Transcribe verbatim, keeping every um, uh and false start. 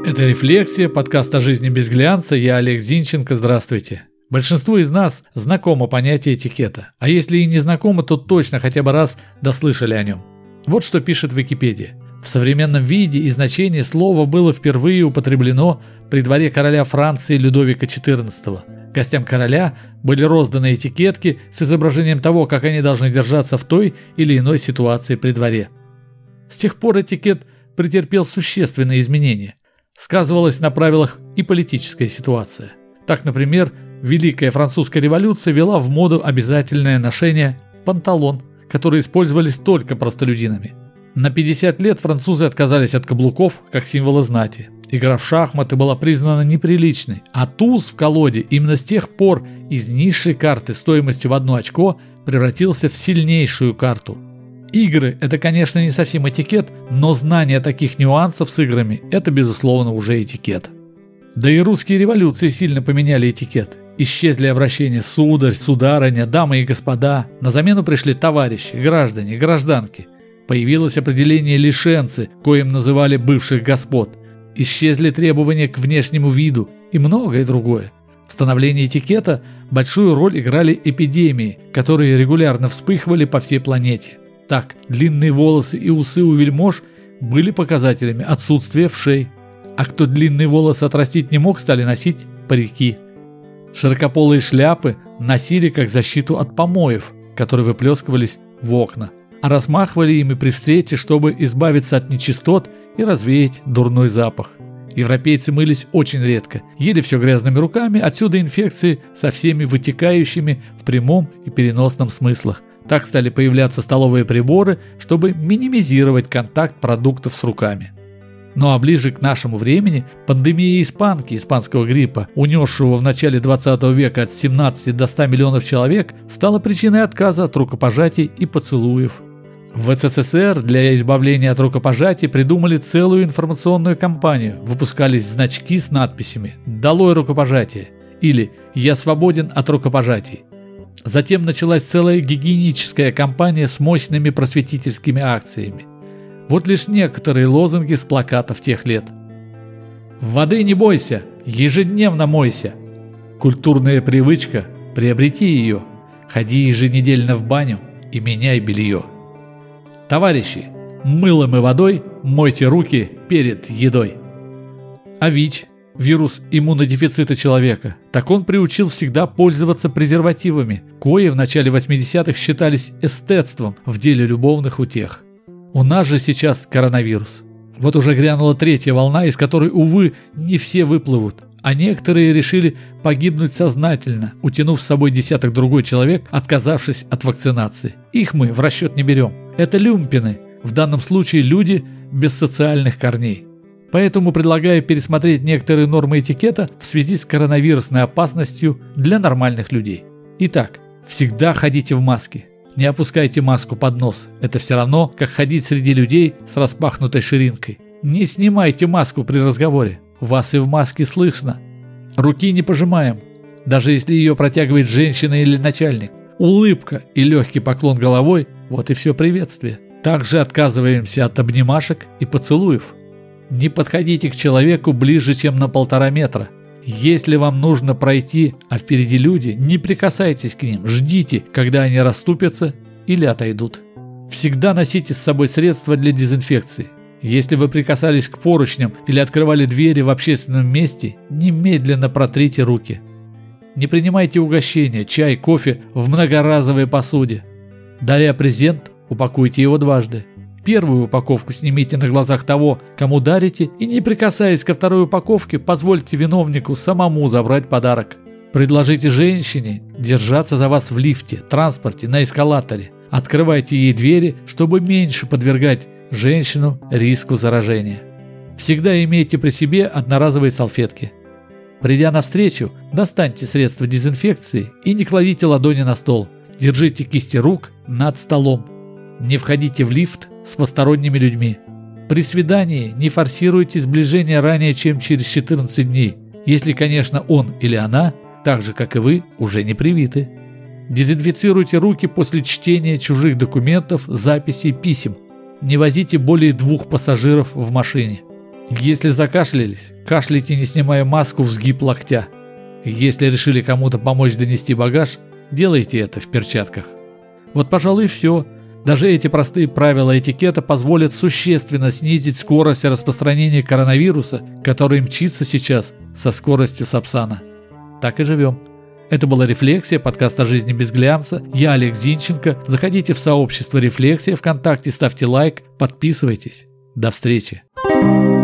Это «Рефлексия», подкаст о жизни без глянца. Я Олег Зинченко. Здравствуйте. Большинству из нас знакомо понятие этикета, а если и не знакомо, то точно хотя бы раз дослышали о нем. Вот что пишет Википедия. В современном виде и значении слово было впервые употреблено при дворе короля Франции Людовика четырнадцатого. Гостям короля были розданы этикетки с изображением того, как они должны держаться в той или иной ситуации при дворе. С тех пор этикет претерпел существенные изменения. Сказывалась на правилах и политическая ситуация. Так, например, Великая Французская революция ввела в моду обязательное ношение панталон, которые использовались только простолюдинами. На пятьдесят лет французы отказались от каблуков как символа знати. Игра в шахматы была признана неприличной, а туз в колоде именно с тех пор из низшей карты стоимостью в одно очко превратился в сильнейшую карту. Игры – это, конечно, не совсем этикет, но знание таких нюансов с играми – это, безусловно, уже этикет. Да и русские революции сильно поменяли этикет. Исчезли обращения «сударь», «сударыня», «дамы и господа». На замену пришли «товарищи», «граждане», «гражданки». Появилось определение «лишенцы», коим называли бывших господ. Исчезли требования к внешнему виду и многое другое. В становлении этикета большую роль играли эпидемии, которые регулярно вспыхивали по всей планете. Так, длинные волосы и усы у вельмож были показателями отсутствия вшей. А кто длинные волосы отрастить не мог, стали носить парики. Широкополые шляпы носили как защиту от помоев, которые выплескивались в окна. А размахивали ими при встрече, чтобы избавиться от нечистот и развеять дурной запах. Европейцы мылись очень редко, ели все грязными руками, отсюда инфекции со всеми вытекающими в прямом и переносном смыслах. Так стали появляться столовые приборы, чтобы минимизировать контакт продуктов с руками. Ну а ближе к нашему времени пандемия испанки, испанского гриппа, унесшего в начале двадцатого века от семнадцати до ста миллионов человек, стала причиной отказа от рукопожатий и поцелуев. В СССР для избавления от рукопожатий придумали целую информационную кампанию. Выпускались значки с надписями «Долой рукопожатие» или «Я свободен от рукопожатий». Затем началась целая гигиеническая кампания с мощными просветительскими акциями. Вот лишь некоторые лозунги с плакатов тех лет. «Воды не бойся, ежедневно мойся». Культурная привычка, приобрети ее. Ходи еженедельно в баню и меняй белье. Товарищи, мылом и водой мойте руки перед едой. А ВИЧ, вирус иммунодефицита человека, так он приучил всегда пользоваться презервативами, кои в начале восьмидесятых считались эстетством в деле любовных утех. У нас же сейчас коронавирус. Вот уже грянула третья волна, из которой, увы, не все выплывут, а некоторые решили погибнуть сознательно, утянув с собой десяток другой человек, отказавшись от вакцинации. Их мы в расчет не берем. Это люмпины, в данном случае люди без социальных корней. Поэтому предлагаю пересмотреть некоторые нормы этикета в связи с коронавирусной опасностью для нормальных людей. Итак, всегда ходите в маске. Не опускайте маску под нос. Это все равно, как ходить среди людей с распахнутой ширинкой. Не снимайте маску при разговоре. Вас и в маске слышно. Руки не пожимаем, даже если ее протягивает женщина или начальник. Улыбка и легкий поклон головой – вот и все приветствие. Также отказываемся от обнимашек и поцелуев. Не подходите к человеку ближе, чем на полтора метра. Если вам нужно пройти, а впереди люди, не прикасайтесь к ним, ждите, когда они расступятся или отойдут. Всегда носите с собой средства для дезинфекции. Если вы прикасались к поручням или открывали двери в общественном месте, немедленно протрите руки. Не принимайте угощения, чай, кофе в многоразовой посуде. Даря презент, упакуйте его дважды. Первую упаковку снимите на глазах того, кому дарите, и не прикасаясь ко второй упаковке, позвольте виновнику самому забрать подарок. Предложите женщине держаться за вас в лифте, транспорте, на эскалаторе. Открывайте ей двери, чтобы меньше подвергать женщину риску заражения. Всегда имейте при себе одноразовые салфетки. Придя навстречу, достаньте средства дезинфекции и не кладите ладони на стол. Держите кисти рук над столом. Не входите в лифт с посторонними людьми. При свидании не форсируйте сближение ранее, чем через четырнадцать дней, если, конечно, он или она, так же как и вы, уже не привиты. Дезинфицируйте руки после чтения чужих документов, записей, писем. Не возите более двух пассажиров в машине. Если закашлялись, кашляйте, не снимая маску, в сгиб локтя. Если решили кому-то помочь донести багаж, делайте это в перчатках. Вот, пожалуй, и все. Даже эти простые правила этикета позволят существенно снизить скорость распространения коронавируса, который мчится сейчас со скоростью Сапсана. Так и живем. Это была «Рефлексия», подкаст о жизни без глянца. Я Олег Зинченко. Заходите в сообщество «Рефлексия» ВКонтакте, ставьте лайк, подписывайтесь. До встречи.